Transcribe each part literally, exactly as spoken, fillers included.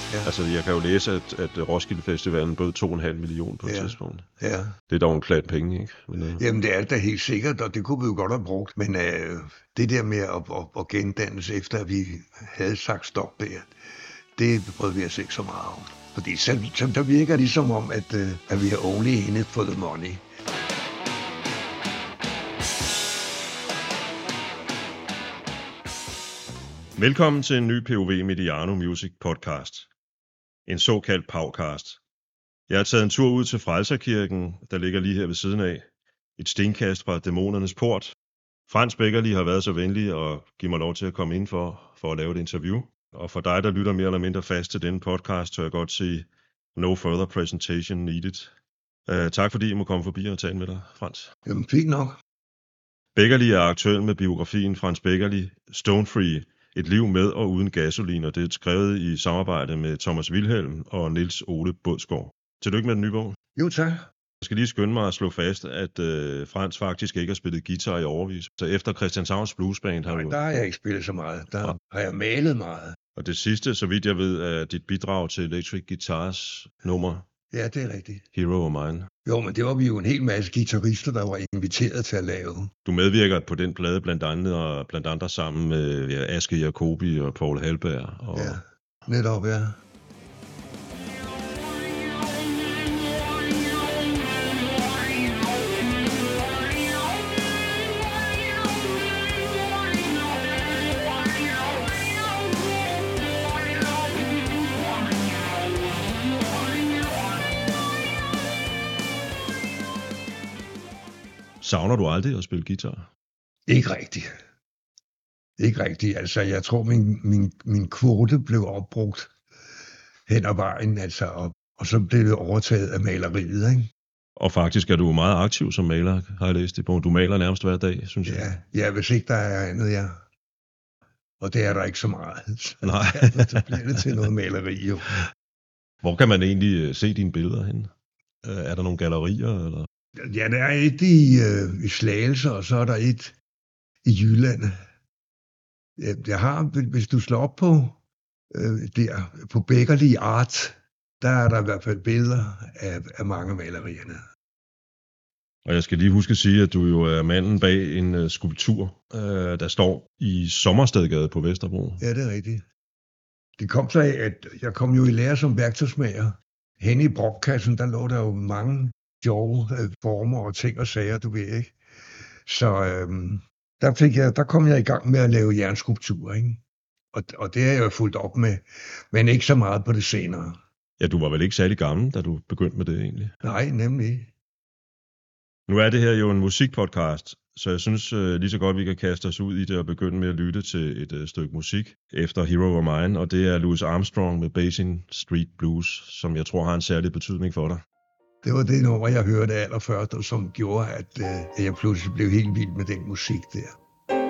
ja. Altså, jeg kan jo læse, at, at Roskilde Festivalen bød to komma fem millioner på et ja. tidspunkt. Ja. Det er dog en klat penge, ikke? Men, uh... Jamen, det er da helt sikkert, og det kunne vi jo godt have brugt. Men uh, det der med at, at, at gendannes, efter at vi havde sagt stop der, det prøvede vi os ikke så meget om. Fordi så, så der virker det som om, at, uh, at vi er only in it for the money. Velkommen til en ny P O V Mediano Music podcast. En såkaldt pavcast. Jeg har taget en tur ud til Frelserkirken, der ligger lige her ved siden af. Et stenkast fra Dæmonernes Port. Frans Beckerli har været så venlig at give mig lov til at komme ind for, for at lave et interview. Og for dig, der lytter mere eller mindre fast til denne podcast, tør jeg godt sige no further presentation needed. Uh, tak fordi I må komme forbi og tale med dig, Frans. Jamen, fint nok. Beckerli er aktuel med biografien Frans Beckerli, Stone Free. Et liv med og uden gasolin, og det er skrevet i samarbejde med Thomas Wilhelm og Niels Ole Bådsgaard. Tillykke med den nye bog. Jo, tak. Jeg skal lige skynde mig at slå fast, at øh, Frans faktisk ikke har spillet guitar i overvis. Så efter Christianshavns Bluesband har Nej, du... der har jeg ikke spillet så meget. Der ja. har jeg malet meget. Og det sidste, så vidt jeg ved, er dit bidrag til Electric Guitars nummer. Ja, det er rigtigt. Hero of Mine. Jo, men det var vi jo en hel masse guitarister, der var inviteret til at lave. Du medvirker på den plade blandt andet, og blandt andre sammen med ja, Aske Jacobi og Paul Halberg. Og... Ja, netop, ja. Savner du aldrig at spille guitar? Ikke rigtigt. Ikke rigtigt. Altså, jeg tror, min, min, min kvote blev opbrugt hen ad vejen, altså, og, og så blev det overtaget af maleriet, ikke? Og faktisk er du meget aktiv som maler, har jeg læst i bogen. Du maler nærmest hver dag, synes ja, jeg. Ja, hvis ikke der er andet, ja. Og det er der ikke så meget. Så nej. Så bliver det til noget maleri, jo. Hvor kan man egentlig se dine billeder henne? Er der nogle gallerier, eller? Ja, der er et i, øh, i Slagelse, og så er der et i Jylland. Jeg har, hvis du slår op på, øh, der, på Beckerli Art, der er der i hvert fald billeder af, af mange malerierne. Og jeg skal lige huske at sige, at du jo er manden bag en uh, skulptur, uh, der står i Sommerstedgade på Vesterbro. Ja, det er rigtigt. Det kom så af, at jeg kom jo i lære som værktøjsmager. Henne i brokkassen, der lå der jo mange sjove former og ting og sager, du ved, ikke? Så øhm, der, fik jeg, der kom jeg i gang med at lave jernskulpturer, ikke? Og, og det har jeg jo fulgt op med, men ikke så meget på det senere. Ja, du var vel ikke særlig gammel, da du begyndte med det egentlig? Nej, nemlig. Nu er det her jo en musikpodcast, så jeg synes uh, lige så godt, vi kan kaste os ud i det og begynde med at lytte til et uh, stykke musik efter Hero of Mine, og det er Louis Armstrong med Basin Street Blues, som jeg tror har en særlig betydning for dig. Det var det nummer, jeg hørte allerførst, og som gjorde, at, at jeg pludselig blev helt vild med den musik der.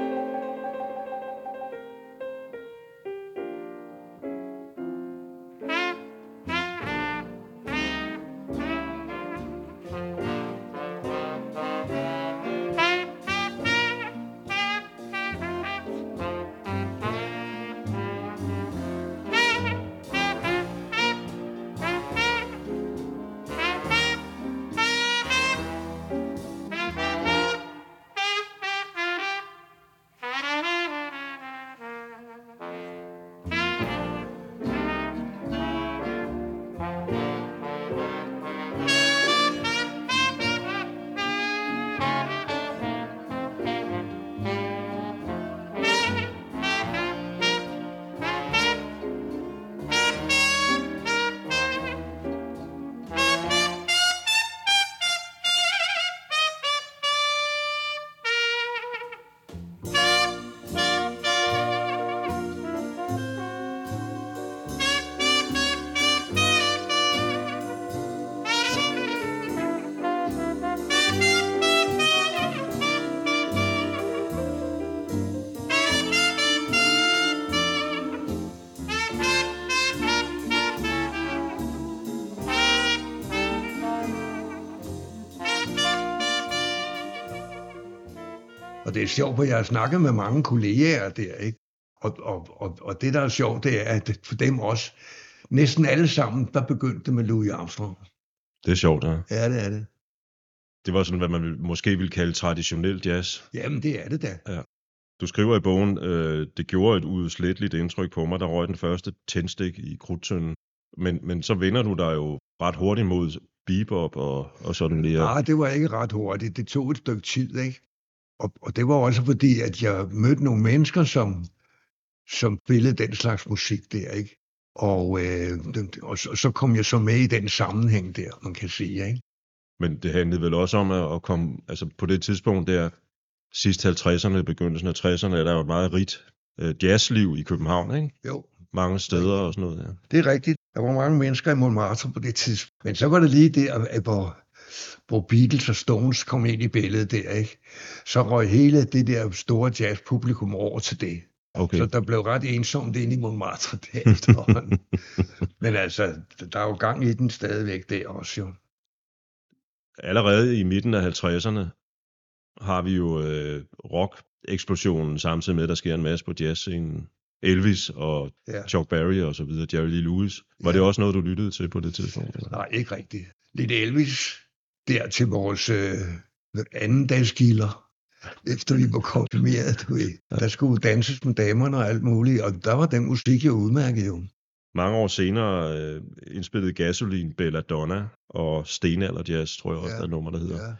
Og det er sjovt, for jeg har snakket med mange kolleger der, ikke? Og, og, og, og det, der er sjovt, det er, at for dem også, næsten alle sammen, der begyndte med Louis Armstrong. Det er sjovt, ja. Ja, det er det. Det var sådan, hvad man måske ville kalde traditionel jazz. Jamen, det er det da. Ja. Du skriver i bogen, øh, det gjorde et udsletteligt indtryk på mig, der røg den første tændstik i krudtønden. Men, men så vender du dig jo ret hurtigt mod bebop og, og sådan mere. Nej, det var ikke ret hurtigt. Det tog et stykke tid, ikke? Og, og det var også fordi, at jeg mødte nogle mennesker, som, som spillede den slags musik der, ikke? Og, øh, og så, så kom jeg så med i den sammenhæng der, man kan sige, ikke? Men det handlede vel også om at komme, altså på det tidspunkt der, sidst halvtredserne, begyndelsen af tresserne, er der jo et meget rigt øh, jazzliv i København, ikke? Jo. Mange steder og sådan noget, ja. Det er rigtigt. Der var mange mennesker i Montmartre på det tidspunkt. Men så var det lige der, hvor, hvor Beatles og Stones kom ind i billedet der, ikke? Så røg hele det der store jazzpublikum over til det. Okay. Så der blev ret ensomt inde i Montmartre der efterhånden. Men altså, der er jo gang i den stadigvæk der også, jo. Allerede i midten af halvtredserne har vi jo øh, rock-eksplosionen, samtidig med, at der sker en masse på jazzscenen. Elvis og Ja. Chuck Berry og så videre, Jerry Lee Lewis. Var Ja. det også noget, du lyttede til på det tidspunkt? Eller? Nej, ikke rigtigt. Lidt Elvis der til vores øh, anden dagsgilder. Efter vi var konfirmeret, du ved. Der skulle danses med damerne og alt muligt, og der var den musik jo udmærket jo. Mange år senere øh, indspillede Gasolin, Belladonna og Stenalder-jazz, tror jeg også, Ja. der er et nummer, der hedder. Ja.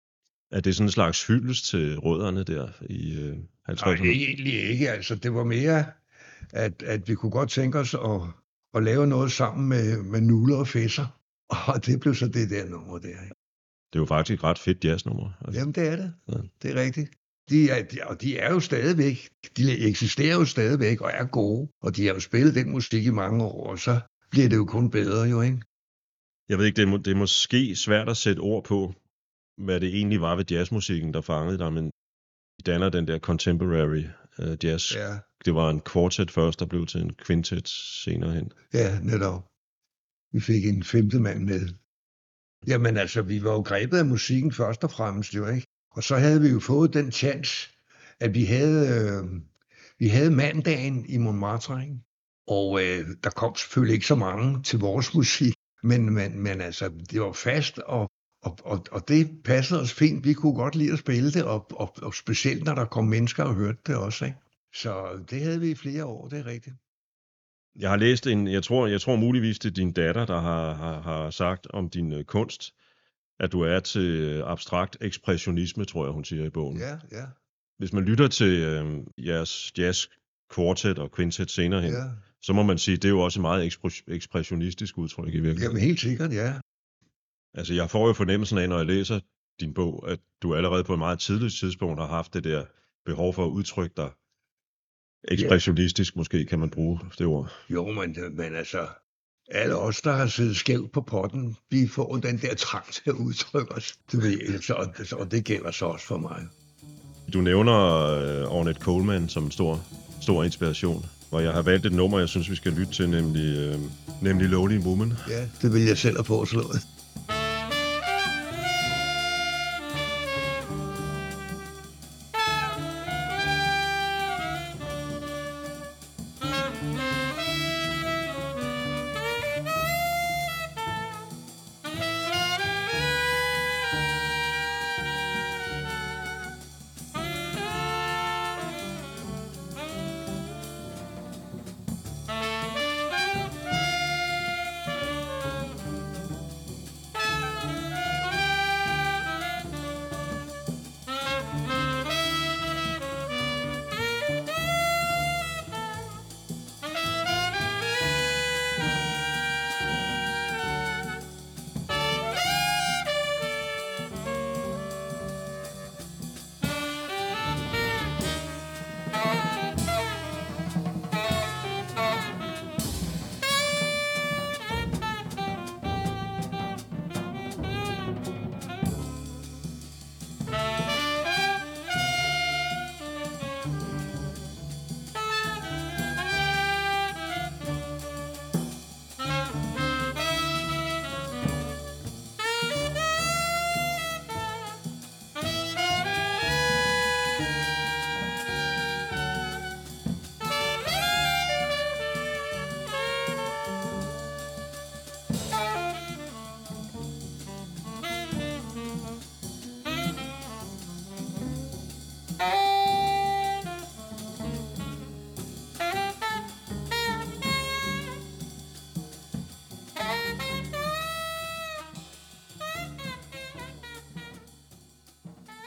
Er det sådan en slags hyldest til rødderne der i øh, Nej, halvtredserne? egentlig ikke. Altså, det var mere, at, at vi kunne godt tænke os at, at lave noget sammen med, med Nuller og Fesser. Og det blev så det der nummer der. Ikke? Det er jo faktisk et ret fedt jazznummer. Altså. Jamen, det er det. Ja. Det er rigtigt. De er, de, og de er jo stadigvæk, de eksisterer jo stadigvæk og er gode. Og de har jo spillet den musik i mange år, og så bliver det jo kun bedre jo, ikke? Jeg ved ikke, det er, må- det er måske svært at sætte ord på, hvad det egentlig var ved jazzmusikken, der fangede dig, men de danner den der contemporary uh, jazz. Ja, Det var en quartet først, der blev til en quintet senere hen. ja, netop. Vi fik en femte mand med. Jamen altså, vi var jo grebet af musikken først og fremmest jo, ikke? Og så havde vi jo fået den chance, at vi havde, øh, vi havde mandagen i Montmartre, ikke? Og øh, der kom selvfølgelig ikke så mange til vores musik, men, men, men altså, det var fast, og, og, og, og det passede os fint. Vi kunne godt lide at spille det, og, og, og specielt når der kom mennesker og hørte det også, ikke? Så det havde vi i flere år, det er rigtigt. Jeg har læst en, jeg tror, jeg tror muligvis det er din datter, der har, har, har sagt om din øh, kunst, at du er til øh, abstrakt ekspressionisme, tror jeg, hun siger i bogen. Ja, ja, Hvis man lytter til øh, jeres jazz quartet og quintet senere hen, ja. så må man sige, det er jo også et meget ekspres- ekspressionistisk udtryk i virkeligheden. Jamen helt sikkert, ja. Altså, jeg får jo fornemmelsen af, når jeg læser din bog, at du allerede på et meget tidligt tidspunkt har haft det der behov for at udtrykke dig ekspressionistisk, måske kan man bruge det ord. Jo, men, men altså, alle os, der har siddet skævt på potten, vi får den der trang til at udtrykke os. Du ved, så, så, og det gælder så også for mig. Du nævner uh, Ornette Coleman som en stor, stor inspiration, hvor jeg har valgt et nummer, jeg synes, vi skal lytte til, nemlig, uh, nemlig Lonely Woman. Ja, det vil jeg selv have foreslået.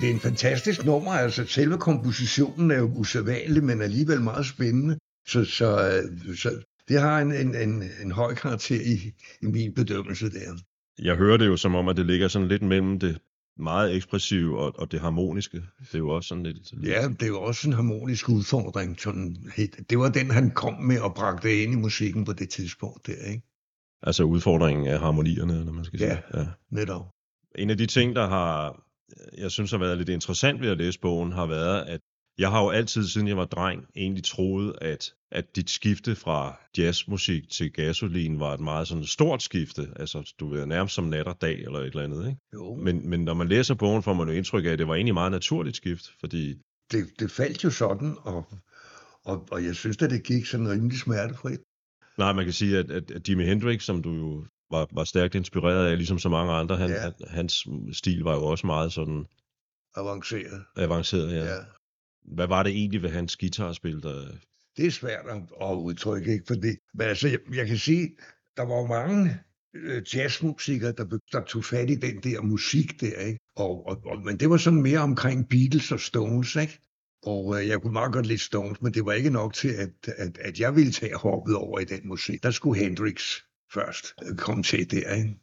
det er en fantastisk nummer, altså selve kompositionen er jo usædvanlig, men alligevel meget spændende. Så, så, så det har en, en, en, en høj karakter i, i min bedømmelse der. Jeg hører det jo som om, at det ligger sådan lidt mellem det meget ekspressive og, og det harmoniske. Det er jo også sådan lidt... lidt... Ja, det er jo også en harmonisk udfordring. Sådan, det var den, han kom med og bragte ind i musikken på det tidspunkt der, ikke? Altså udfordringen af harmonierne, eller man skal ja, sige. Ja, netop. En af de ting, der har, jeg synes har været lidt interessant ved at læse bogen, har været, at jeg har jo altid, siden jeg var dreng, egentlig troet, at, at dit skifte fra jazzmusik til gasolin var et meget sådan stort skifte. Altså, du ved, nærmest som nat og dag, eller et eller andet, ikke? Jo. Men, men når man læser bogen, får man jo indtryk af, at det var egentlig meget naturligt skift, fordi... Det, det faldt jo sådan, og, og, og jeg synes, at det gik sådan rimelig smertefrit. Nej, man kan sige, at, at, at Jimi Hendrix, som du jo var, var stærkt inspireret af, ligesom så mange andre, han, ja. han, hans stil var jo også meget sådan... Avanceret. Avanceret, ja. ja. Hvad var det egentlig ved hans guitarspil, der... Det er svært at udtrykke, ikke? Fordi, men altså, jeg, jeg kan sige, der var jo mange øh, jazzmusikere, der, der tog fat i den der musik der, ikke? Og, og, og, men det var sådan mere omkring Beatles og Stones, ikke? Og øh, jeg kunne meget godt lide Stones, men det var ikke nok til, at, at, at jeg ville tage hoppet over i den musik. Der skulle Hendrix først øh, komme til der, ikke?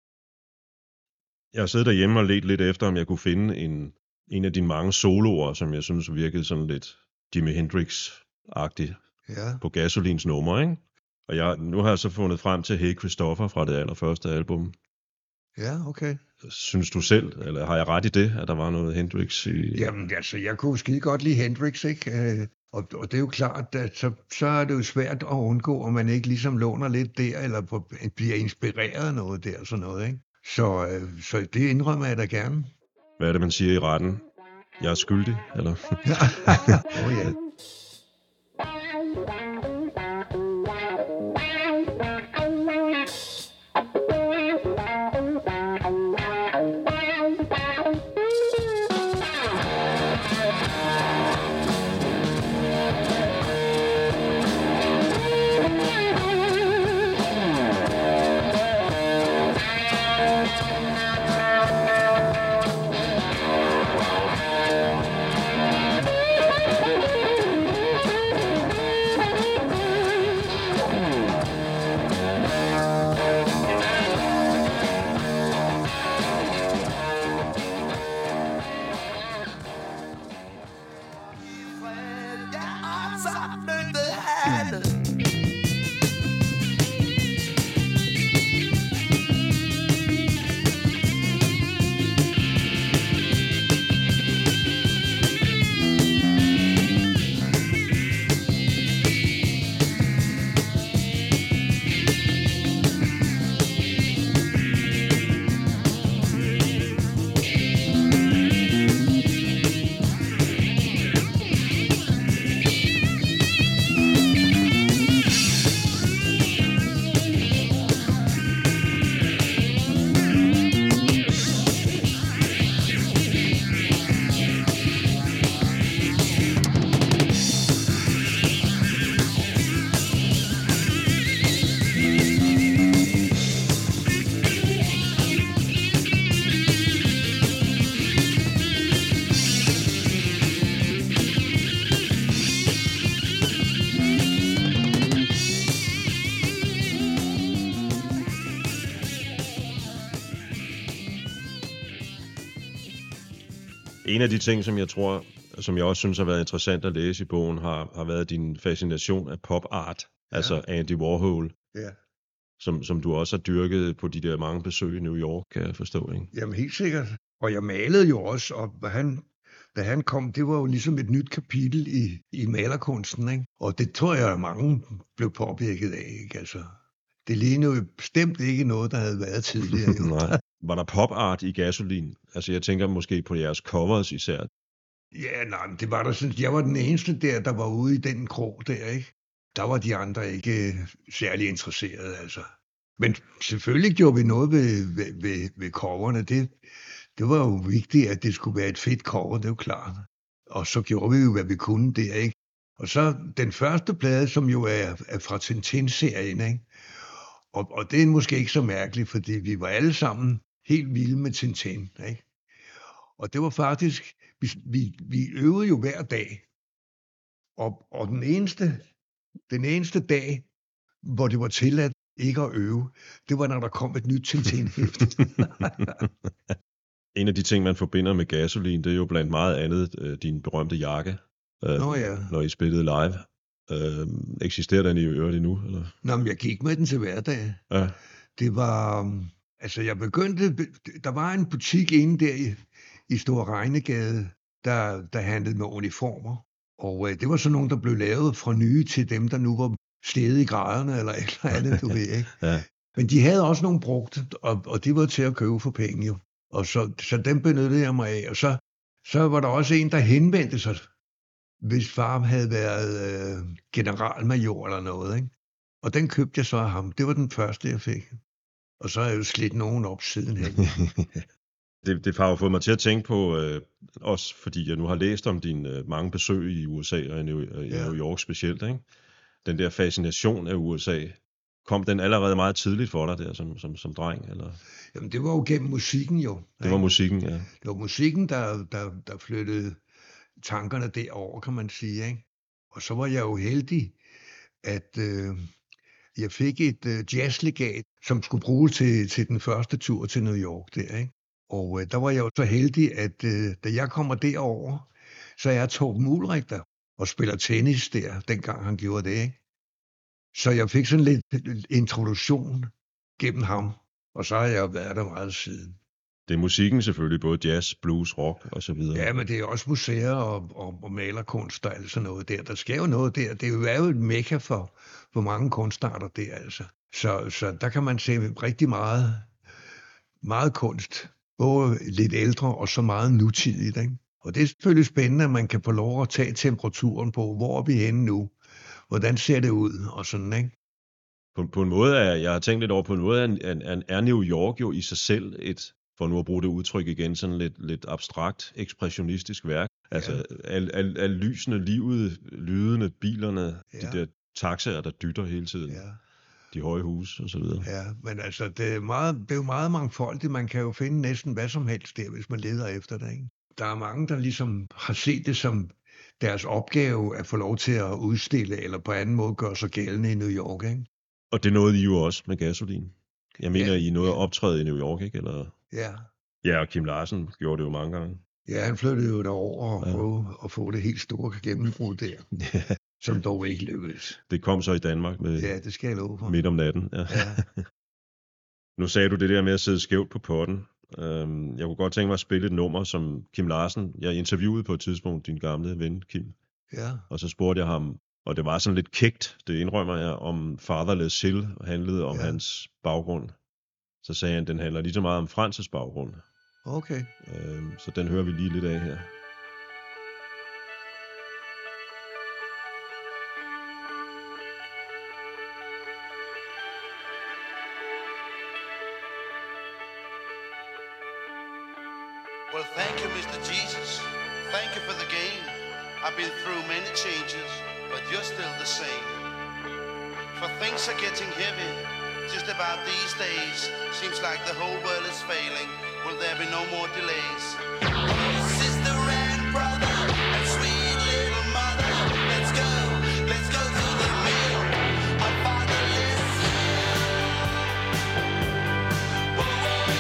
Jeg har siddet derhjemme og let lidt efter, om jeg kunne finde en, en af dine mange soloer, som jeg synes virkede sådan lidt Jimi Hendrix-agtig ja. på Gasolins nummer, ikke? Og jeg, nu har jeg så fundet frem til Hey Christopher fra det allerførste album. Ja, okay. Synes du selv, eller har jeg ret i det, at der var noget Hendrix i... Jamen altså, jeg kunne skide godt lide Hendrix, ikke? Og, og det er jo klart, at så, så er det jo svært at undgå, at man ikke ligesom låner lidt der, eller på, bliver inspireret af noget der, sådan noget, ikke? Så, øh, så det indrømmer jeg da gerne. Hvad er det, man siger i retten? Jeg er skyldig, eller? Åh oh, ja. En af de ting, som jeg tror, som jeg også synes har været interessant at læse i bogen, har, har været din fascination af pop art, ja. Altså Andy Warhol, ja. som, som du også har dyrket på de der mange besøg i New York, kan jeg forstå, ikke? Jamen helt sikkert. Og jeg malede jo også, og han, da han kom, det var jo ligesom et nyt kapitel i, i malerkunsten, ikke? Og det tror jeg, at mange blev påvirket af, ikke? Altså, det lignede jo bestemt ikke noget, der havde været tidligere. Jo. Nej. Var der pop art i Gasolin? Altså jeg tænker måske på jeres covers især. Ja, nej, det var der sådan, jeg var den eneste der, der var ude i den krog der, ikke? Der var de andre ikke særlig interesserede, altså. Men selvfølgelig gjorde vi noget ved, ved, ved, ved coverne. Det, det var jo vigtigt, at det skulle være et fedt cover, det er jo klart. Og så gjorde vi jo, hvad vi kunne der, ikke? Og så den første plade, som jo er, er fra Tintin-serien, ikke? Og, og det er måske ikke så mærkeligt, fordi vi var alle sammen helt vilde med Tintin, ikke? Og det var faktisk, vi, vi, vi øvede jo hver dag. Og, og den, eneste, den eneste dag, hvor det var tilladt ikke at øve, det var, når der kom et nyt Tintin-hæfte. En af de ting, man forbinder med Gasolin, det er jo blandt meget andet øh, din berømte jakke, øh, Nå ja. når I spillede live. Øh, eksisterer den i øvrigt endnu? Eller? Nå, men jeg gik med den til hverdag. Ja. Det var, altså jeg begyndte, der var en butik inde der i, i Store Regnegade, der, der handlede med uniformer. Og øh, det var sådan nogle, der blev lavet fra nye til dem, der nu var steget i graderne, eller et eller andet, du ved, ikke? Ja. Men de havde også nogle brugte, og, og de var til at købe for penge jo. Og så, så dem benyttede jeg mig af. Og så, så var der også en, der henvendte sig, hvis far havde været øh, generalmajor eller noget, ikke? Og den købte jeg så af ham. Det var den første, jeg fik. Og så har jeg jo slidt nogen op sidenhen. det, det har jo fået mig til at tænke på, øh, også fordi jeg nu har læst om dine øh, mange besøg i U S A og i New, øh, ja. New York specielt, ikke? Den der fascination af U S A, kom den allerede meget tidligt for dig der som, som, som dreng? Eller? Jamen det var jo gennem musikken jo. Det var musikken, ja. Det var musikken, der, der, der flyttede tankerne derover, kan man sige, ikke? Og så var jeg jo heldig, at øh, jeg fik et øh, jazzlegat, som skulle bruges til, til den første tur til New York der, ikke? Og øh, der var jeg jo så heldig, at øh, da jeg kommer derover, så er Torben Ulrik der og spiller tennis der, dengang han gjorde det, ikke? Så jeg fik sådan lidt introduktion gennem ham, og så har jeg været der meget siden. Det er musikken selvfølgelig, både jazz, blues, rock og så videre. Ja, men det er også museer og, og, og malerkunst og alt sådan noget der. Der sker jo noget der. Det er jo et mekka for, for mange kunstarter der, altså. Så, så der kan man se rigtig meget, meget kunst. Både lidt ældre og så meget nutidigt, ikke? Og det er selvfølgelig spændende, at man kan få lov at tage temperaturen på, hvor er vi henne nu? Hvordan ser det ud? Og sådan, ikke? På, på en måde er, jeg har tænkt lidt over, på en måde er, er, er New York jo i sig selv et, for nu at bruge det udtryk igen, sådan lidt, lidt abstrakt, ekspressionistisk værk. Altså ja. al, al, al lysende, livet, lydende, bilerne, ja. De der taxaer, der dytter hele tiden. Ja. De høje huse og så videre. Ja, men altså, det er, meget, det er jo meget mangfoldigt. Man kan jo finde næsten hvad som helst der, hvis man leder efter det, ikke? Der er mange, der ligesom har set det som deres opgave at få lov til at udstille, eller på anden måde gøre sig gældende i New York, ikke? Og det nåede I jo også med Gasolin. Jeg mener, ja, I nåede ja. at optræde i New York, ikke? Eller... Ja. Ja, og Kim Larsen gjorde det jo mange gange. Ja, han flyttede jo derover og ja. prøvede at få det helt store gennembrud der, ja. Som dog ikke lykkedes. Det kom så i Danmark med ja, det skal jeg love for. Midt om natten. Ja. Ja. Nu sagde du det der med at sidde skævt på potten. Jeg kunne godt tænke mig at spille et nummer, som Kim Larsen, jeg interviewede på et tidspunkt din gamle ven, Kim. Ja. Og så spurgte jeg ham, og det var sådan lidt kægt, det indrømmer jeg, om Fatherless Hill handlede om ja. hans baggrund. Så sagde han, den handler lige så meget om Frances baggrund. Okay. Så den hører vi lige lidt af her. Well, thank you, Mister Jesus. Thank you for the game. I've been through many changes, but you're still the same. For things are getting heavy just about these days. Seems like the whole world is failing. Will there be no more delays? Sister and brother and sweet little mother, let's go, let's go to the mill of Fatherless Hill. Whoa, whoa,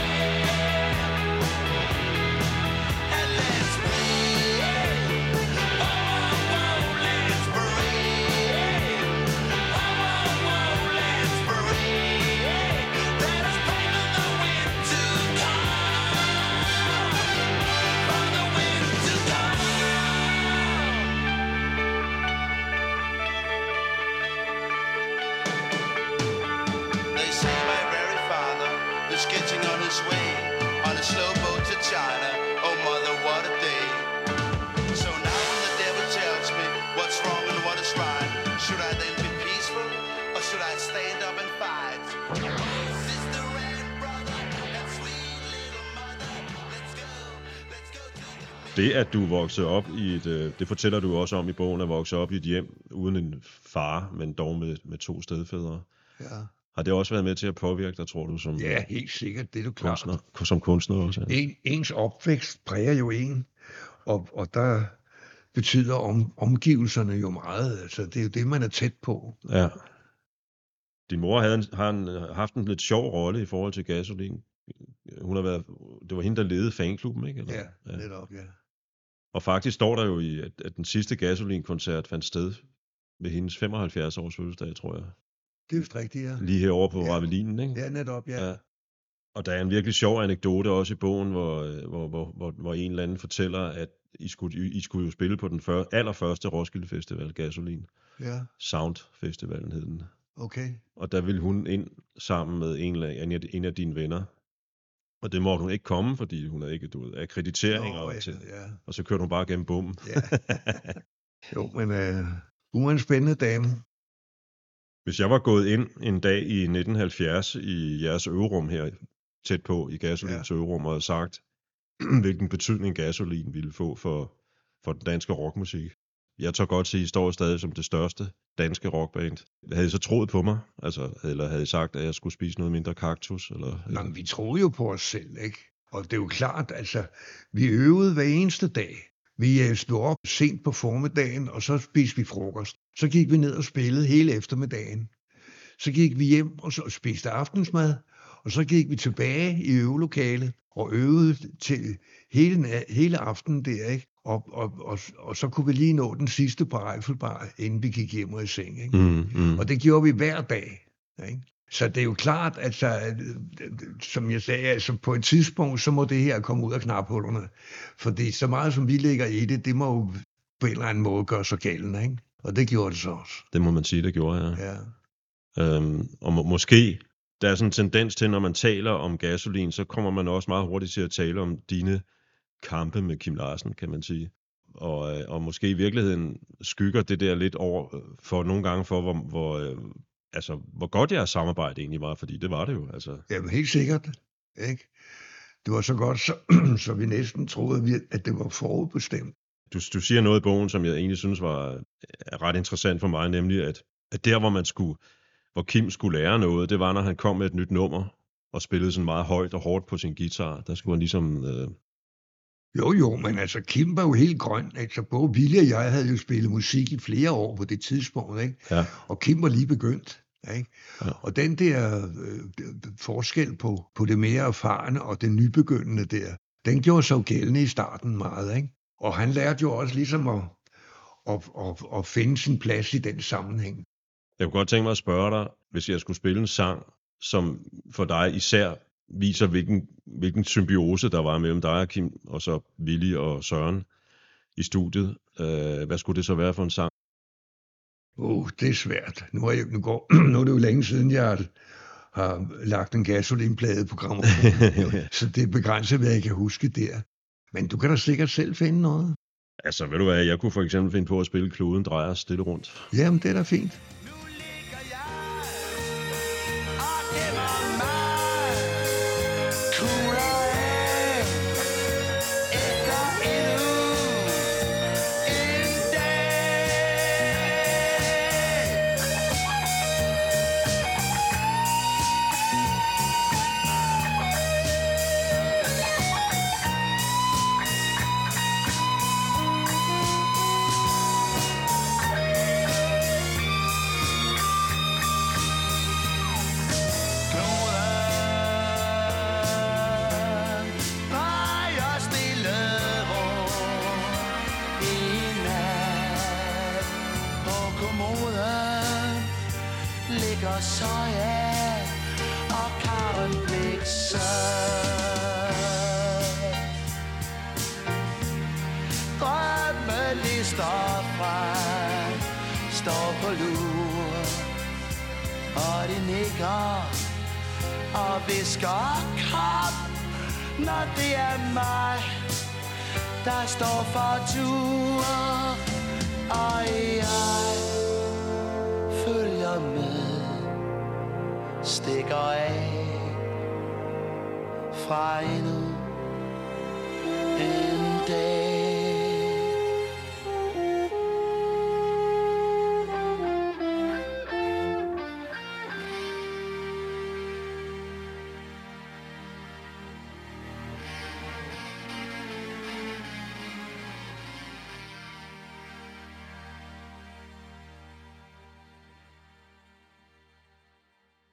yeah. And let's play. Oh, oh, oh, let's parade. Oh, oh, oh, let's parade. Let us pray for the wind to come. For the wind to come. They say my very father is getting on his way on a slow boat to China. Oh mother, what a day. So now when the devil tells me what's wrong and what is right, should I then be peaceful or should I stand up and fight? Sister and brother and sweet little mother, let's go, let's go to the... Det, at du voksede op i et, det fortæller du også om i bogen, at vokse op i et hjem uden en far, men dog med, med to stedfædre. Ja. Har det også været med til at påvirke dig, tror du, som, Ja, helt sikkert, det er du klart. kunstner, som kunstner også? Ja. En, ens opvækst præger jo en, og, og der betyder om, omgivelserne jo meget. Altså, det er jo det, man er tæt på. Ja. Din mor havde en, har en, haft en lidt sjov rolle i forhold til Gasolin. Hun har været, det var hende, der ledede fanklubben, ikke? Eller? Ja, netop, ja. Og faktisk står der jo i, at, at den sidste Gasolin-koncert fandt sted ved hendes femoghalvfjerds års fødselsdag, tror jeg. Det er jo rigtigt, ja. Lige herovre på Ja. Ravelinen, ikke? Ja, netop, ja. Ja. Og der er en virkelig sjov anekdote også i bogen, hvor, hvor, hvor, hvor, hvor en eller anden fortæller, at I skulle, I skulle jo spille på den før, allerførste Roskilde Festival, Gasolin. Ja, Sound Festivalen hed den. okay. Og der ville hun ind sammen med en af, en af, en af dine venner. Og det måtte hun ikke komme, fordi hun havde ikke, du ved, akkrediteringer. Nå, og, ja, til, ja. og så kørte hun bare gennem bommen. Ja. Jo, men øh, hun er en spændende dame. Hvis jeg var gået ind en dag i nitten halvfjerds i jeres øverum her, tæt på i Gasolins ja. øverum, og havde sagt, hvilken betydning Gasolin ville få for, for den danske rockmusik. Jeg tør godt sige, at I står stadig som det største danske rockband. Havde I så troet på mig? Altså, eller havde I sagt, at jeg skulle spise noget mindre kaktus? Eller, eller? Nå, men vi troede jo på os selv, ikke? Og det er jo klart, altså, vi øvede hver eneste dag. Vi stod op sent på formiddagen, og så spiste vi frokost. Så gik vi ned og spillede hele eftermiddagen. Så gik vi hjem og så spiste aftensmad, og så gik vi tilbage i øvelokalet og øvede til hele, hele aftenen der, ikke? Og, og, og, og så kunne vi lige nå den sidste på Eiffelbar, inden vi gik hjem og i seng, ikke? Mm, mm. Og det gjorde vi hver dag, ikke? Så det er jo klart, altså, som jeg sagde, altså på et tidspunkt, så må det her komme ud af knaphullerne. Fordi så meget som vi ligger i det, det må jo på en eller anden måde gøre sig gældende, ikke? Og det gjorde det så også. Det må man sige, det gjorde, ja. Ja. Øhm, og må, måske, der er sådan en tendens til, når man taler om Gasolin, så kommer man også meget hurtigt til at tale om dine kampe med Kim Larsen, kan man sige. Og, og måske i virkeligheden skygger det der lidt over for nogle gange for, hvor, hvor, altså, hvor godt jeres samarbejde egentlig var, fordi det var det jo. Altså. Jamen helt sikkert, ikke? Det var så godt, så, så vi næsten troede, at det var forudbestemt. Du, du siger noget i bogen, som jeg egentlig synes var ret interessant for mig, nemlig at, at der, hvor man skulle, hvor Kim skulle lære noget, det var, når han kom med et nyt nummer og spillede sådan meget højt og hårdt på sin guitar. Der skulle han ligesom... Øh... Jo, jo, men altså Kim var jo helt grøn. Altså både Ville og jeg havde jo spillet musik i flere år på det tidspunkt, ikke? Ja. Og Kim var lige begyndt, ikke? Ja. Og den der øh, forskel på, på det mere erfarne og det nybegyndende der, den gjorde sig jo gældende i starten meget, ikke? Og han lærte jo også ligesom at, at, at, at finde sin plads i den sammenhæng. Jeg kunne godt tænke mig at spørge dig, hvis jeg skulle spille en sang, som for dig især viser, hvilken, hvilken symbiose der var mellem dig og Kim, og så Willy og Søren i studiet. Øh, hvad skulle det så være for en sang? Åh, oh, det er svært. Nu er, jeg, nu, går, nu er det jo længe siden, jeg har, har lagt en Gasolin-plade på grammofonen. Så det er begrænset, hvad jeg kan huske der. Men du kan da sikkert selv finde noget. Altså, ved du hvad, jeg kunne for eksempel finde på at spille Kloden drejer stille rundt. Jamen, det er da fint. Står på lur, og de nikker og visker kom, når det er mig, der står for tur, og jeg følger med, stikker af fra endnu en dag.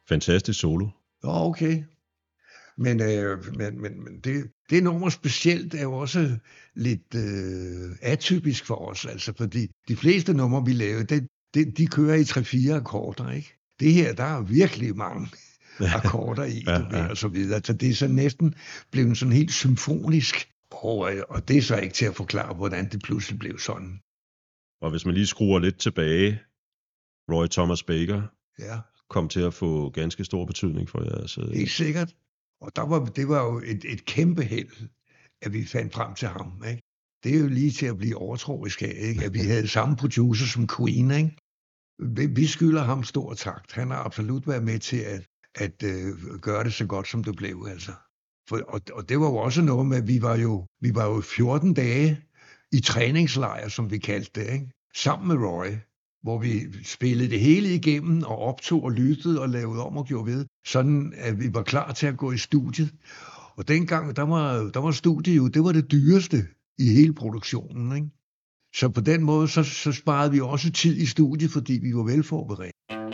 Fantastisk solo. Nå, okay. Men, øh, men, men, men det, det nummer specielt er jo også lidt øh, atypisk for os, altså fordi de fleste numre, vi laver, det, det, de kører i tre-fire akkorder, ikke? Det her, der er virkelig mange akkorder i, ja, du ved, ja. og så videre. Så det er så næsten blevet sådan helt symfonisk, og, og det er så ikke til at forklare, hvordan det pludselig blev sådan. Og hvis man lige skruer lidt tilbage, Roy Thomas Baker Ja. kom til at få ganske stor betydning for jeres... Helt sikkert. Og der var, det var jo et, et kæmpe held, at vi fandt frem til ham. Ikke? Det er jo lige til at blive overtroisk af, ikke? At vi havde samme producer som Queen. Ikke? Vi, vi skylder ham stor tak. Han har absolut været med til at, at uh, gøre det så godt, som det blev. Altså. For, og, og det var jo også noget med, at vi var jo, vi var jo fjorten dage i træningslejr, som vi kaldte det, ikke? Sammen med Roy, hvor vi spillede det hele igennem og optog og lyttede og lavede om og gjorde ved, sådan at vi var klar til at gå i studiet. Og dengang, der var, der var studiet jo, det var det dyreste i hele produktionen, ikke? Så på den måde, så, så sparede vi også tid i studiet, fordi vi var velforberedt.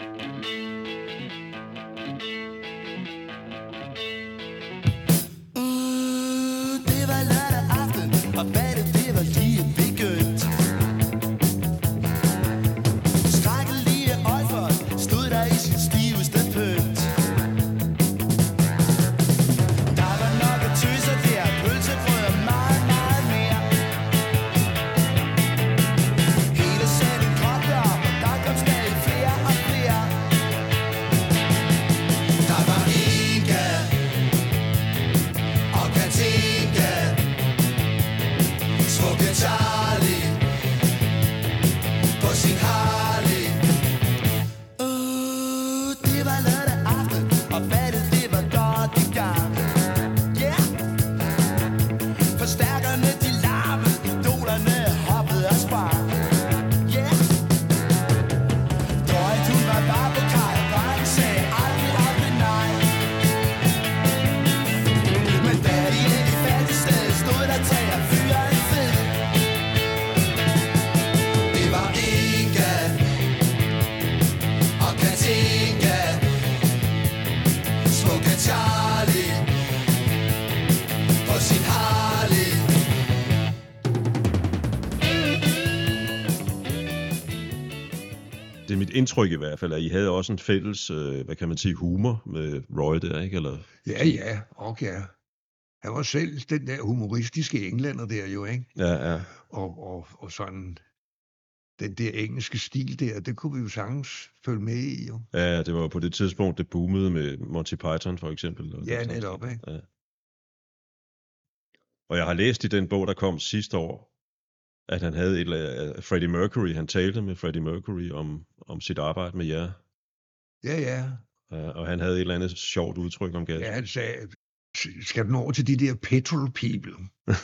Det er mit indtryk i hvert fald, at I havde også en fælles, øh, hvad kan man sige, humor med Roy der, ikke? Eller... Ja, ja, og ja. Han var selv den der humoristiske englænder der jo, ikke? Ja, ja. Og, og, og sådan den der engelske stil der, det kunne vi jo sagtens følge med i, jo. Ja, det var på det tidspunkt, det boomede med Monty Python for eksempel. Og ja, netop, ikke? Ja. Og jeg har læst i den bog, der kom sidste år, at han havde et uh, Freddie Mercury, han talte med Freddie Mercury om, om sit arbejde med jer. Ja, ja. Uh, og han havde et eller andet sjovt udtryk om gas. Ja, han sagde, skal den over til de der petrol people?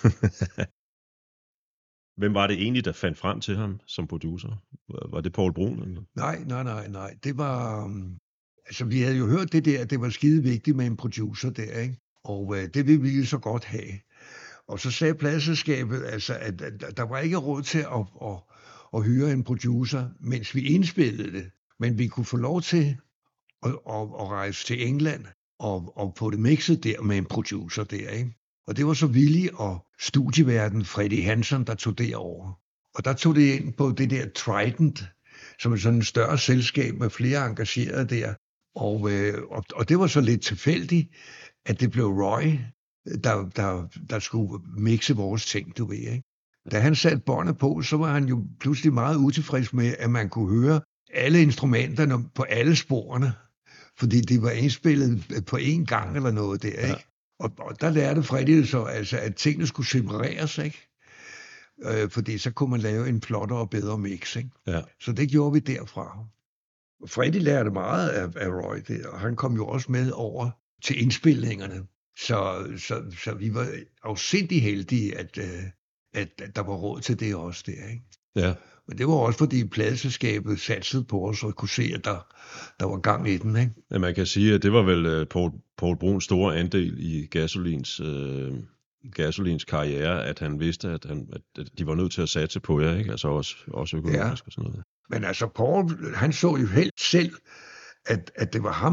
Hvem var det egentlig, der fandt frem til ham som producer? Var det Paul Brun? Eller? Nej, nej, nej, nej. Det var, um, altså vi havde jo hørt det der, at det var skide vigtigt med en producer der, ikke? Og uh, det ville vi jo så godt have. Og så sagde pladeselskabet, altså, at, at der var ikke råd til at, at, at hyre en producer, mens vi indspillede det. Men vi kunne få lov til at, at, at rejse til England og, og få det mixet der med en producer der, ikke? Og det var så Willy og studieverden Freddie Hansen, der tog det over. Og der tog det ind på det der Trident, som er sådan et større selskab med flere engagerede der. Og, øh, og, og det var så lidt tilfældigt, at det blev Roy, Der, der, der skulle mixe vores ting, du ved, ikke? Da han satte båndet på, så var han jo pludselig meget utilfreds med, at man kunne høre alle instrumenterne på alle sporene, fordi de var indspillet på én gang eller noget der, ikke? Ja. Og, og der lærte Freddie så, altså, at tingene skulle separeres, ikke? Øh, fordi så kunne man lave en flottere og bedre mix, ikke? Ja. Så det gjorde vi derfra. Og Freddie lærte meget af, af Roy der, og han kom jo også med over til indspilningerne. Så, så, så vi var afsindig heldige, at, at, at der var råd til det også der, ikke? Ja. Men det var også, fordi pladeselskabet satsede på os og kunne se, at der, der var gang i den, ikke? Ja, man kan sige, at det var vel Paul, Paul Bruns store andel i Gasolins, øh, Gasolins karriere, at han vidste, at, han, at de var nødt til at satse på jer, ikke? Altså også, også økonomisk, ja. Og sådan noget. Men altså, Paul, han så jo helt selv, at, at det var ham,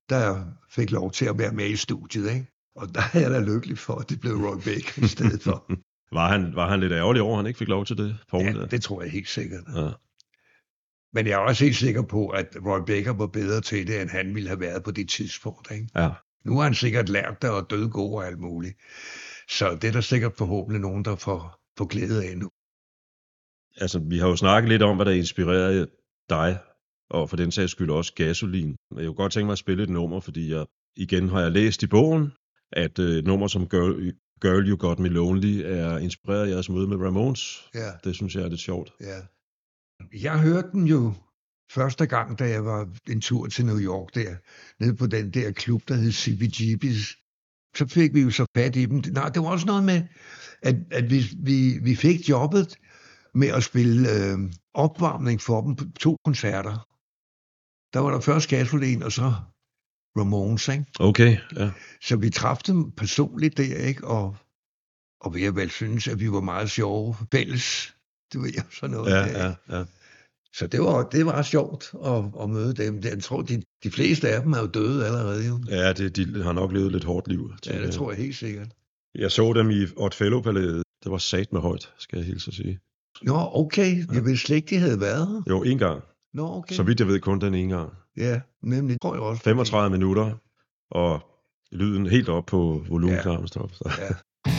der fik lov til at være med i studiet, ikke? Og der er jeg da lykkelig for, at det blev Roy Baker i stedet for. Var han, var han lidt ærgerlig over, at han ikke fik lov til det? Paul, Ja, der? det tror jeg helt sikkert. Ja. Men jeg er også helt sikker på, at Roy Baker var bedre til det, end han ville have været på det tidspunkt, ikke? Ja. Nu har han sikkert lært det og død god og alt muligt. Så det er der sikkert forhåbentlig nogen, der får, får glæde af nu. Altså, vi har jo snakket lidt om, hvad der inspirerede dig, og for den sags skyld også Gasolin. Jeg kunne godt tænke mig at spille et nummer, fordi jeg, igen har jeg læst i bogen, at et nummer som Girl, Girl You Got Me Lonely er inspireret af jeres møde med Ramones. Ja. Det synes jeg er lidt sjovt. Ja. Jeg hørte den jo første gang, da jeg var en tur til New York der, nede på den der klub, der hed C B G B's. Så fik vi jo så fat i dem. Nej, det var også noget med, at, at vi, vi, vi fik jobbet med at spille øh, opvarmning for dem på to koncerter. Der var der først Gasolin, og så Ramones, ikke? Okay, ja. Så vi traf dem personligt der, ikke? Og, og vi har vel synes, at vi var meget sjove fælles. Du ved, sådan noget. Ja, der, ja, ja. Så det var, det var sjovt at, at møde dem. Jeg tror, de, de fleste af dem er jo døde allerede. Jo. Ja, det, de har nok levet lidt hårdt liv. Ja, det tror jeg helt sikkert. Jeg så dem i Oddfellow-palæet. Det var sat med højt, skal jeg hilse at sige. Nå, okay. Jeg vidste slet ikke, de havde været her. Jo, en gang. Nå, okay. Så vidt jeg ved, kun den ene gang. Ja, nemlig. Tror jeg også. femogtredive minutter, og lyden helt op på volumenknappen. Ja. Ja.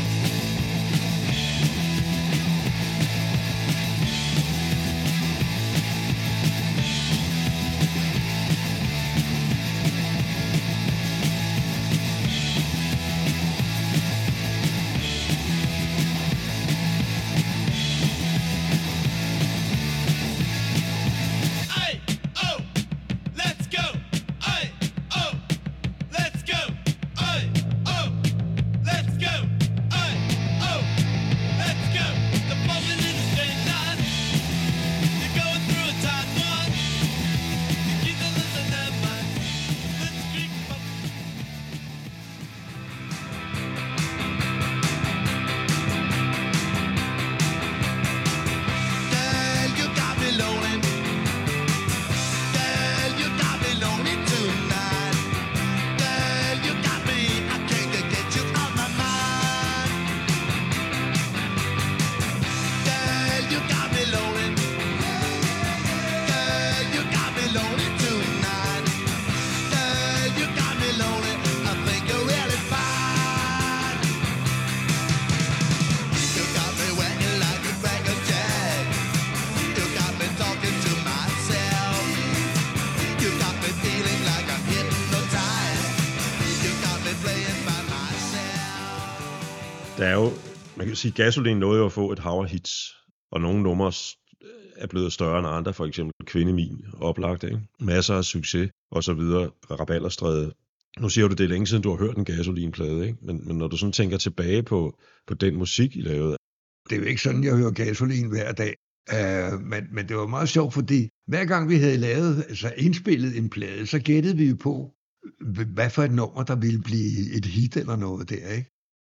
Der er jo, man kan sige, Gasolin nåede jo at få et hav af hits, og nogle numre er blevet større end andre, for eksempel Kvinde Min, oplagt, ikke? Masser af succes, og så videre, Rabalderstræde. Nu siger du, det er længe siden, du har hørt en Gasolin-plade, ikke? Men, men når du sådan tænker tilbage på, på den musik, I lavede. Det er jo ikke sådan, jeg hører Gasolin hver dag, uh, men, men det var meget sjovt, fordi hver gang vi havde lavet, altså indspillet en plade, så gættede vi jo på, hvad for et nummer, der ville blive et hit eller noget der, ikke?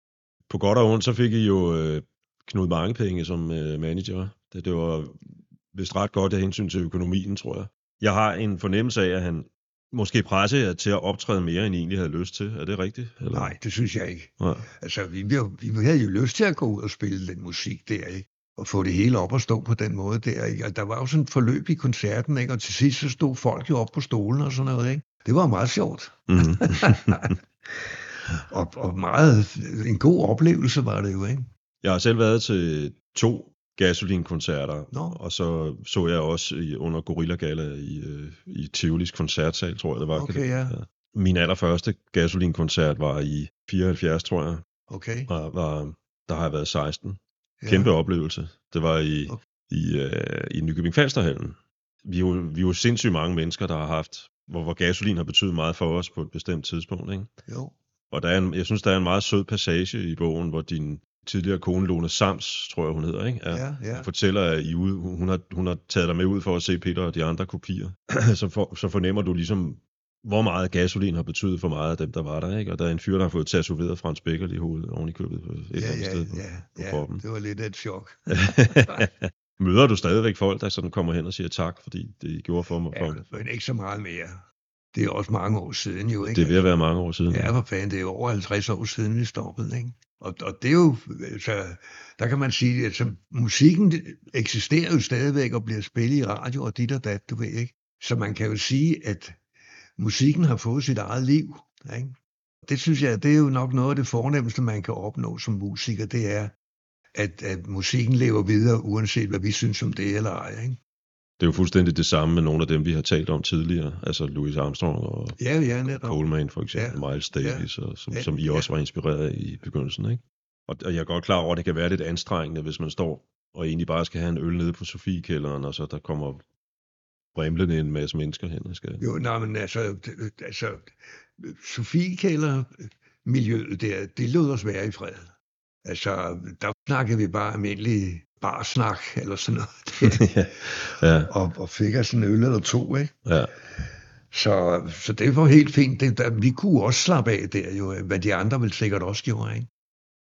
På godt og ondt, så fik I jo øh, Knud Mangepenge som øh, manager. Det, det var vist ret godt af hensyn til økonomien, tror jeg. Jeg har en fornemmelse af, at han måske presse jer til at optræde mere, end I egentlig havde lyst til. Er det rigtigt? Eller? Nej, det synes jeg ikke. Nej. Altså, vi, vi havde jo lyst til at gå ud og spille den musik der, ikke? Og få det hele op og stå på den måde der, ikke? Og der var jo sådan et forløb i koncerten, ikke? Og til sidst så stod folk jo op på stolen og sådan noget, ikke? Det var meget sjovt. Mm-hmm. og, og meget, en god oplevelse var det jo, ikke? Jeg har selv været til to Gasolin-koncerter, Nå. og så så jeg også i, under Gorilla Gala i, øh, i Tivolis koncertsal, tror jeg det var. Okay, ja. ja. Min allerførste Gasolin-koncert var i fireoghalvfjerds, tror jeg. Okay. Var, var, der har jeg været seksten. Ja. Kæmpe oplevelse. Det var i, Okay. i, øh, i Nykøbing Falsterhallen. Vi er, jo, vi er jo sindssygt mange mennesker, der har haft, hvor, hvor Gasolin har betydet meget for os på et bestemt tidspunkt, ikke? Jo. Og der er en, jeg synes, der er en meget sød passage i bogen, hvor din tidligere kone, Lone Sams, tror jeg, hun hedder, ikke? Ja, Ja, ja. fortæller, at I ude, hun, har, hun har taget dig med ud for at se Peter og de andre kopier. så, for, så fornemmer du ligesom, hvor meget Gasolin har betydet for meget af dem, der var der, ikke? Og der er en fyr, der har fået tatoveret Frans Beckerli i hovedet oven i købet på et Ja, eller andet ja, sted på, ja, på ja. kroppen. Det var lidt af et chok. Møder du stadigvæk folk, der sådan kommer hen og siger tak, fordi det I gjorde for mig? Ja, For... men ikke så meget mere. Det er også mange år siden jo, ikke? Det er ved at være mange år siden. Ja, hvor fanden, det er over halvtreds år siden, vi stoppede, ikke? Og, og det er jo, altså, der kan man sige, at altså, musikken eksisterer jo stadigvæk og bliver spillet i radio og dit og dat, du ved ikke. Så man kan jo sige, at musikken har fået sit eget liv, ikke? Det synes jeg, det er jo nok noget af det fornemmeste, man kan opnå som musiker, det er, at, at musikken lever videre, uanset hvad vi synes om det eller ej, ikke? Det er jo fuldstændig det samme med nogle af dem, vi har talt om tidligere, altså Louis Armstrong og ja, ja, netop. Coleman for eksempel, ja, Miles Davis, ja, og, som, ja, som I også ja. var inspireret af i begyndelsen, ikke? Og, og jeg er godt klar over, at det kan være lidt anstrengende, hvis man står og egentlig bare skal have en øl nede på Sofiekælderen, og så der kommer brimlende en masse mennesker hen. Skal... Jo, nej, men altså, altså Sofiekælder-miljøet der, det lod os være i fred. Altså, der snakkede vi bare almindelig barsnak, eller sådan noget. ja, ja. Og, og fik os en øl eller to, ikke? Ja. Så, så det var helt fint. Det, der, vi kunne også slappe af der, jo, hvad de andre vel sikkert også gjorde, ikke?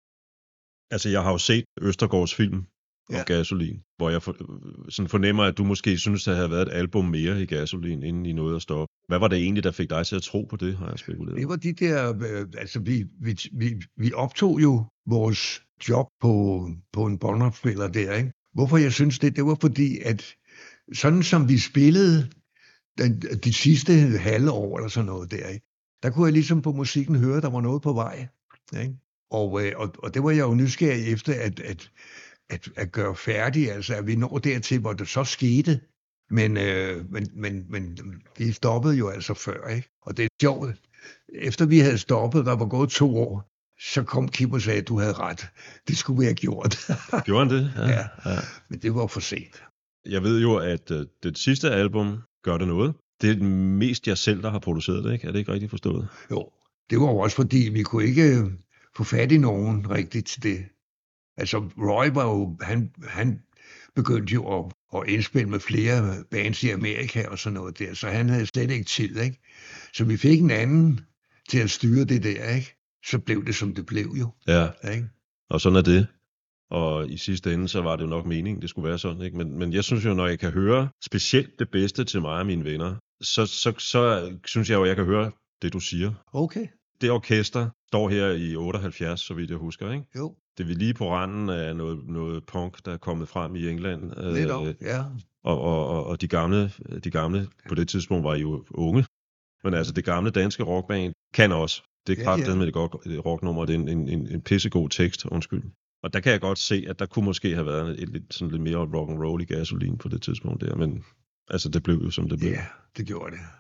Altså, jeg har jo set Østergaards film ja. om Gasolin, hvor jeg for, sådan fornemmer, at du måske synes, at der havde været et album mere i Gasolin, inden I nåede at stoppe. Hvad var det egentlig, der fik dig til at tro på det, har jeg spekuleret? Det var de der, øh, altså vi, vi, vi, vi optog jo vores job på, på en båndopspiller der, ikke? Hvorfor jeg synes det, det var fordi, at sådan som vi spillede den, de sidste halve år eller sådan noget der, ikke? Der kunne jeg ligesom på musikken høre, at der var noget på vej, ikke? Og, øh, og, og det var jeg jo nysgerrig efter at, at, at, at gøre færdig, altså at vi når dertil, hvor det så skete. Men, øh, men, men, men vi stoppede jo altså før, ikke? Og det er sjovt. Efter vi havde stoppet, der var gået to år, så kom Kim og sagde, at du havde ret. Det skulle vi have gjort. Gjorde han det? Ja, ja. ja. Men det var for sent. Jeg ved jo, at uh, det sidste album, Gør det noget, det er det mest jeg selv, der har produceret det, ikke? Er det ikke rigtigt forstået? Jo, det var jo også fordi, vi kunne ikke få fat i nogen rigtigt til det. Altså, Roy var jo, han, han begyndte jo at, at indspille med flere bands i Amerika og sådan noget der, så han havde slet ikke tid, ikke? Så vi fik en anden til at styre det der, ikke? Så blev det, som det blev jo. Ja, ikke? Og sådan er det. Og i sidste ende, så var det jo nok meningen, det skulle være sådan, ikke? Men, men jeg synes jo, når jeg kan høre specielt det bedste til mig og mine venner, så, så, så synes jeg jo, at jeg kan høre det, du siger. Okay. Det orkester står her i otteoghalvfjerds, så vidt jeg husker, ikke? Jo. Det er vi lige på randen af noget, noget punk, der er kommet frem i England. Lidt øh, ja. Og, og, og, og de gamle, de gamle, på det tidspunkt var I jo unge, men altså det gamle danske rockband kan også. Det er kraftigt ja, ja. med det godt rocknummer, det er en, en, en, en pissegod tekst, undskyld. Og der kan jeg godt se, at der kunne måske have været et, et, sådan lidt mere rock and roll i Gasolin på det tidspunkt der, men altså det blev jo som det blev. Ja, det gjorde det.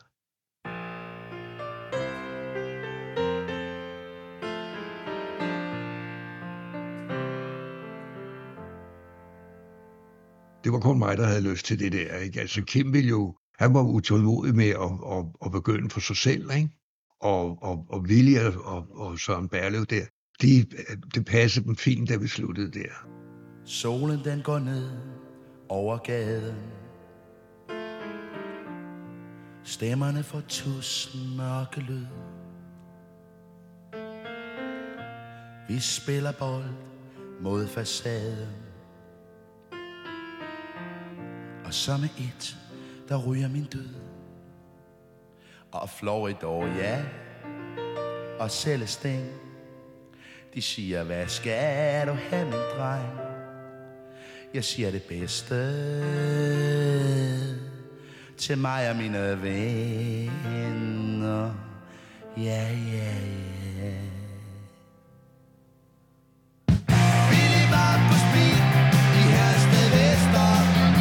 Det var kun mig, der havde lyst til det der, ikke? Altså Kim ville jo, han var utålmodig med at, at, at begynde for sig selv, ikke? Og, og, og Willy og, og Søren Berlev der, de, det passede dem fint, da vi sluttede der. Solen den går ned over gaden. Stemmerne får tusind mørke lyd. Vi spiller bold mod facaden. Og så med et, der ryger min død. Og Floridor, ja. Og Celestin. De siger, hvad skal du have, min dreng? Jeg siger det bedste til mig og mine venner. Ja, ja, ja. Billy var på speed i Hersted Vester.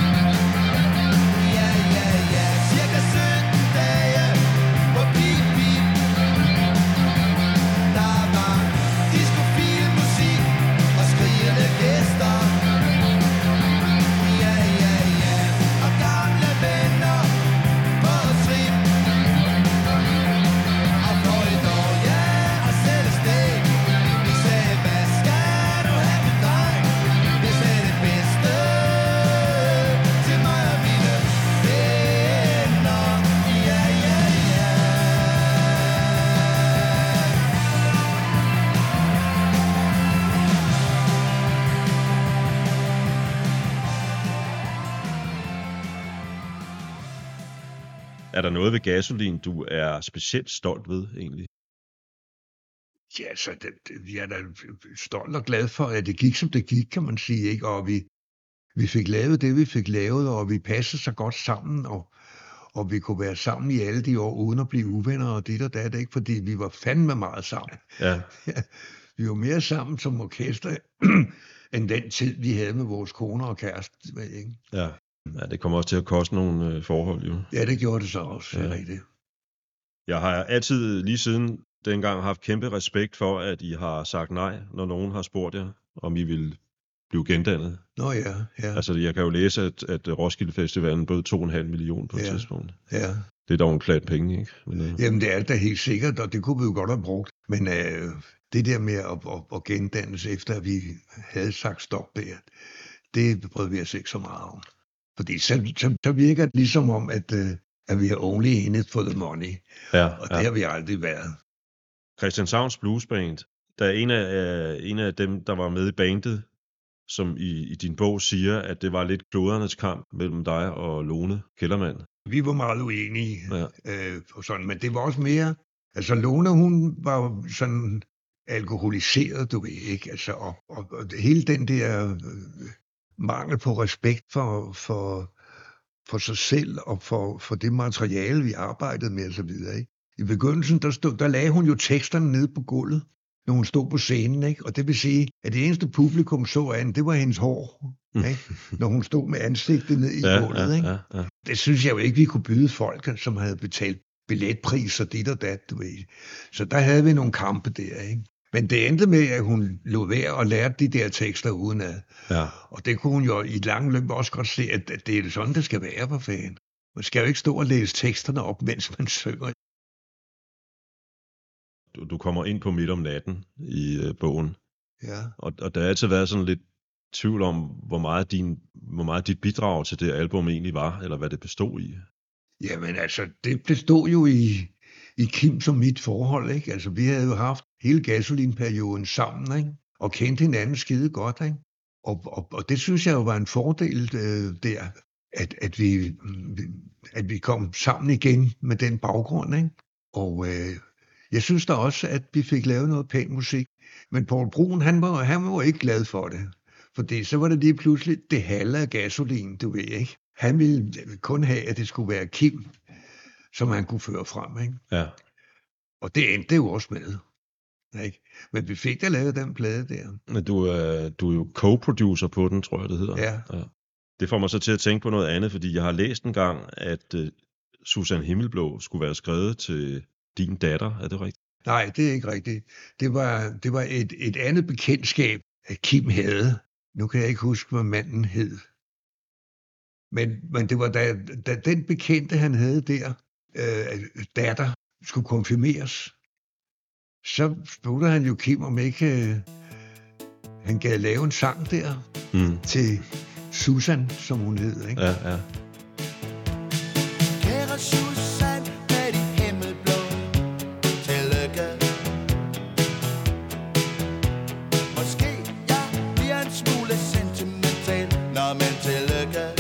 Ja, ja, ja. Cirka sytten dage på Pip Pip. Der var disco-fil musik og skrigende gæster. Ja, ja, ja. Og gamle venner på trip. Og Floridor, ja, og selv Er der noget ved Gasolin, du er specielt stolt ved, egentlig? Ja, så det, det, jeg er da stolt og glad for, at det gik, som det gik, kan man sige, ikke? Og vi, vi fik lavet det, vi fik lavet, og vi passede så godt sammen, og, og vi kunne være sammen i alle de år, uden at blive uvenner og dit og dat, ikke? Fordi vi var fandme meget sammen. Ja. Vi var mere sammen som orkester, end den tid, vi havde med vores koner og kæreste, ikke? Ja. Ja, det kommer også til at koste nogle øh, forhold, jo. Ja, det gjorde det så også, ja. Rigtigt. Jeg har altid lige siden dengang haft kæmpe respekt for, at I har sagt nej, når nogen har spurgt jer, om I ville blive gendannet. Nå ja, ja. Altså, jeg kan jo læse, at, at Roskilde Festivalen bød to komma fem millioner på et ja. tidspunkt. Ja. Det er dog en klat penge, ikke? Men, øh... Jamen, det er da helt sikkert, og det kunne vi jo godt have brugt. Men øh, det der med at, at, at gendannes, efter at vi havde sagt stop der, det brød vi os ikke så meget om. Fordi så, så, så virker det ligesom om, at, uh, at vi er only in it for the money. Ja, og det ja. har vi aldrig været. Christianshavns Blues Band, der er en af, uh, en af dem, der var med i bandet, som i, i din bog siger, at det var lidt klodernes kamp mellem dig og Lone Kellermann. Vi var meget uenige, ja. øh, og sådan, men det var også mere... Altså Lone, hun var sådan alkoholiseret, du ved ikke, altså, og, og, og hele den der... Øh, mangel på respekt for, for, for sig selv og for, for det materiale, vi arbejdede med osv. I begyndelsen, der, stod, der lagde hun jo teksterne nede på gulvet, når hun stod på scenen, ikke? Og det vil sige, at det eneste publikum så af hende, det var hendes hår, ikke? Når hun stod med ansigtet ned i ja, gulvet. Ja, ikke? ja, ja. Det synes jeg jo ikke, vi kunne byde folk, som havde betalt billetpriser dit og dat, du ved. Så der havde vi nogle kampe der, ikke? Men det endte med, at hun lod være og lærte de der tekster udenad. Ja. Og det kunne hun jo i et langt løb også godt se, at det er sådan, det skal være for fanden. Man skal jo ikke stå og læse teksterne op, mens man synger. Du, du kommer ind på midt om natten i øh, bogen. Ja. Og, og der har altid været sådan lidt tvivl om, hvor meget, din, hvor meget dit bidrag til det album egentlig var, eller hvad det bestod i. Jamen altså, det bestod jo i... i Kim som mit forhold, ikke? Altså, vi havde jo haft hele Gasolin-perioden sammen, ikke? Og kendt hinanden skide godt, ikke? Og, og, og det synes jeg jo var en fordel øh, der, at, at, vi, at vi kom sammen igen med den baggrund, ikke? Og øh, jeg synes da også, at vi fik lavet noget pæn musik. Men Poul Bruun, han var, han var ikke glad for det. Fordi så var det lige pludselig det halve af Gasolin, du ved, ikke? Han ville kun have, at det skulle være Kim, som han kunne føre frem, ikke? Ja. Og det endte jo også med, ikke? Men vi fik da lavet den plade der. Men du, er, du er jo co-producer på den, tror jeg, det hedder. Ja. Ja. Det får mig så til at tænke på noget andet, fordi jeg har læst en gang, at uh, Susan Himmelblå skulle være skrevet til din datter. Er det rigtigt? Nej, det er ikke rigtigt. Det var, det var et, et andet bekendtskab, at Kim havde. Nu kan jeg ikke huske, hvad manden hed. Men, men det var da, da den bekendte, han havde der, øh, datter, skulle konfirmeres, så spurgte han jo Kim, om ikke øh, han gad lave en sang der mm. til Susan, som hun hed, ikke? Ja, ja. Kære Susan med de himmelblå, tillykke. Måske jeg bliver en smule sentimental, når man tillykke.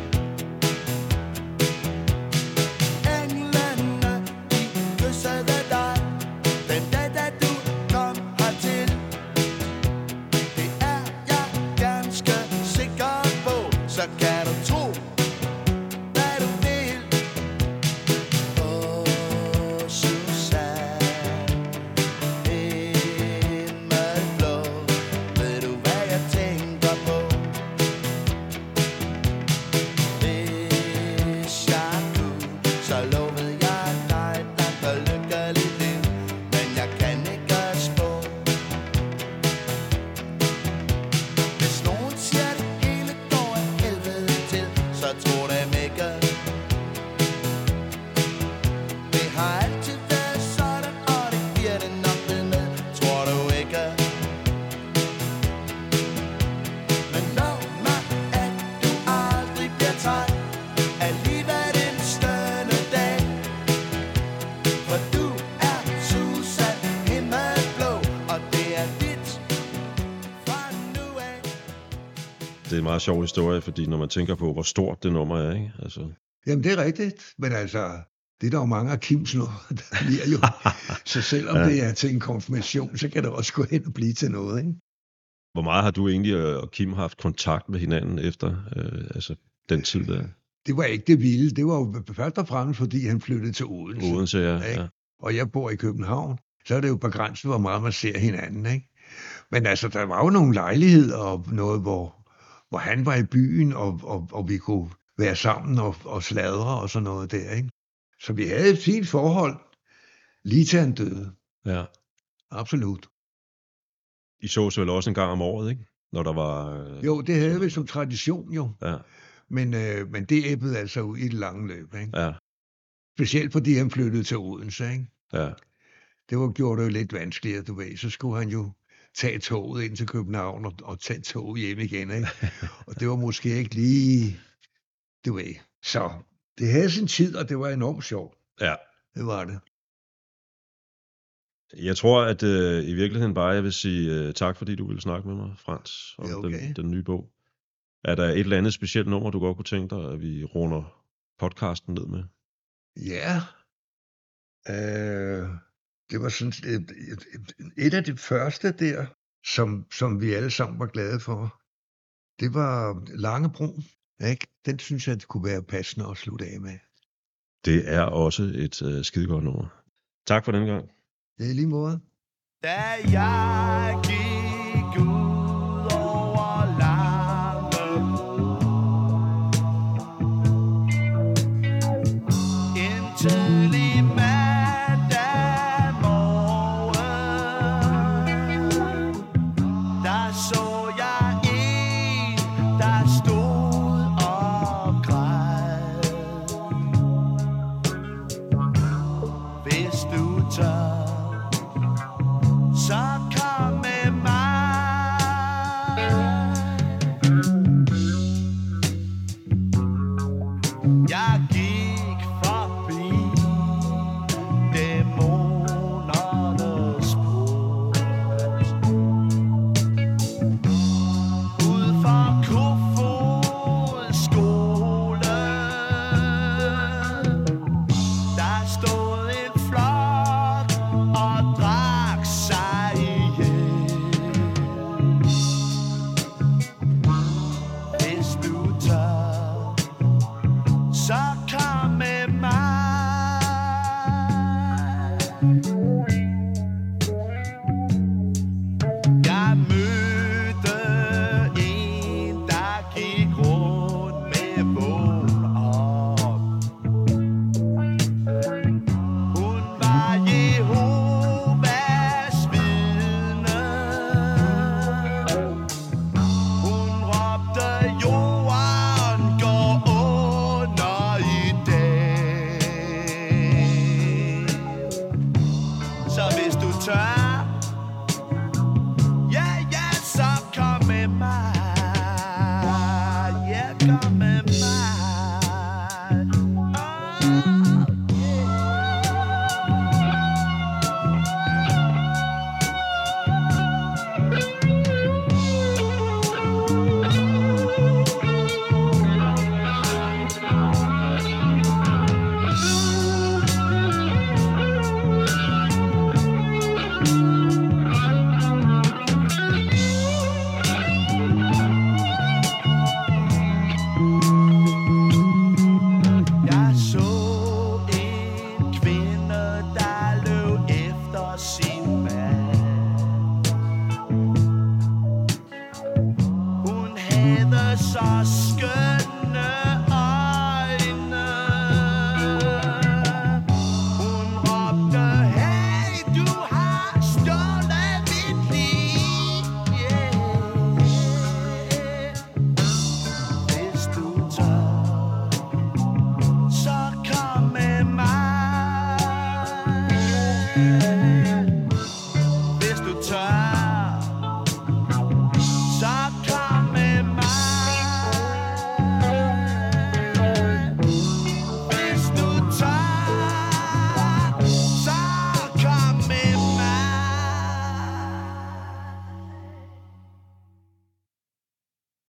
Det er en meget sjov historie, fordi når man tænker på, hvor stort det nummer er, ikke? Altså... Jamen, det er rigtigt, men altså, Det er der jo mange af Kims noget, der bliver jo. Så selvom ja. det er til en konfirmation, så kan det også gå hen og blive til noget, ikke? Hvor meget har du egentlig og Kim haft kontakt med hinanden efter øh, altså den tid der? Det var ikke det vilde. Det var jo først og fremmest, fordi han flyttede til Odense. Odense, ja. ja. Og jeg bor i København. Så er det jo begrænset, hvor meget man ser hinanden, ikke? Men altså, der var jo nogle lejligheder og noget, hvor, hvor han var i byen, og, og, og vi kunne være sammen og, og sladre og sådan noget der, ikke? Så vi havde et fint forhold, lige til han døde. Ja. Absolut. I så vel også en gang om året, ikke? Når der var... Øh... Jo, det havde vi som tradition, jo. Ja. Men, øh, men det æbbede altså ud i det lange løb, ikke? Ja. Specielt fordi han flyttede til Odense, ikke? Ja. Det var gjort det jo lidt vanskeligere, du ved. Så skulle han jo tage toget ind til København og, og tage toget hjem igen, ikke? Og det var måske ikke lige... Du ved. Så det havde sin tid, og det var enormt sjovt. Ja. Det var det. Jeg tror, at øh, i virkeligheden bare, jeg vil sige øh, tak, fordi du ville snakke med mig, Frans, om ja, okay. den, den nye bog. Er der et eller andet specielt nummer, du godt kunne tænke dig, at vi runder podcasten ned med? Ja. Øh, det var sådan et, et, et, et af de første der, som, som vi alle sammen var glade for. Det var Langebro, ikke? Den synes jeg, det kunne være passende at slutte af med. Det er også et øh, skidegodt nummer. Tak for den gang. Det er lige måde. Da jeg gik ud over Langebro, en tidlig mandag morgen, der så jeg en, der stod og græd. Hvis du tør, så kom med mig. Jeg gik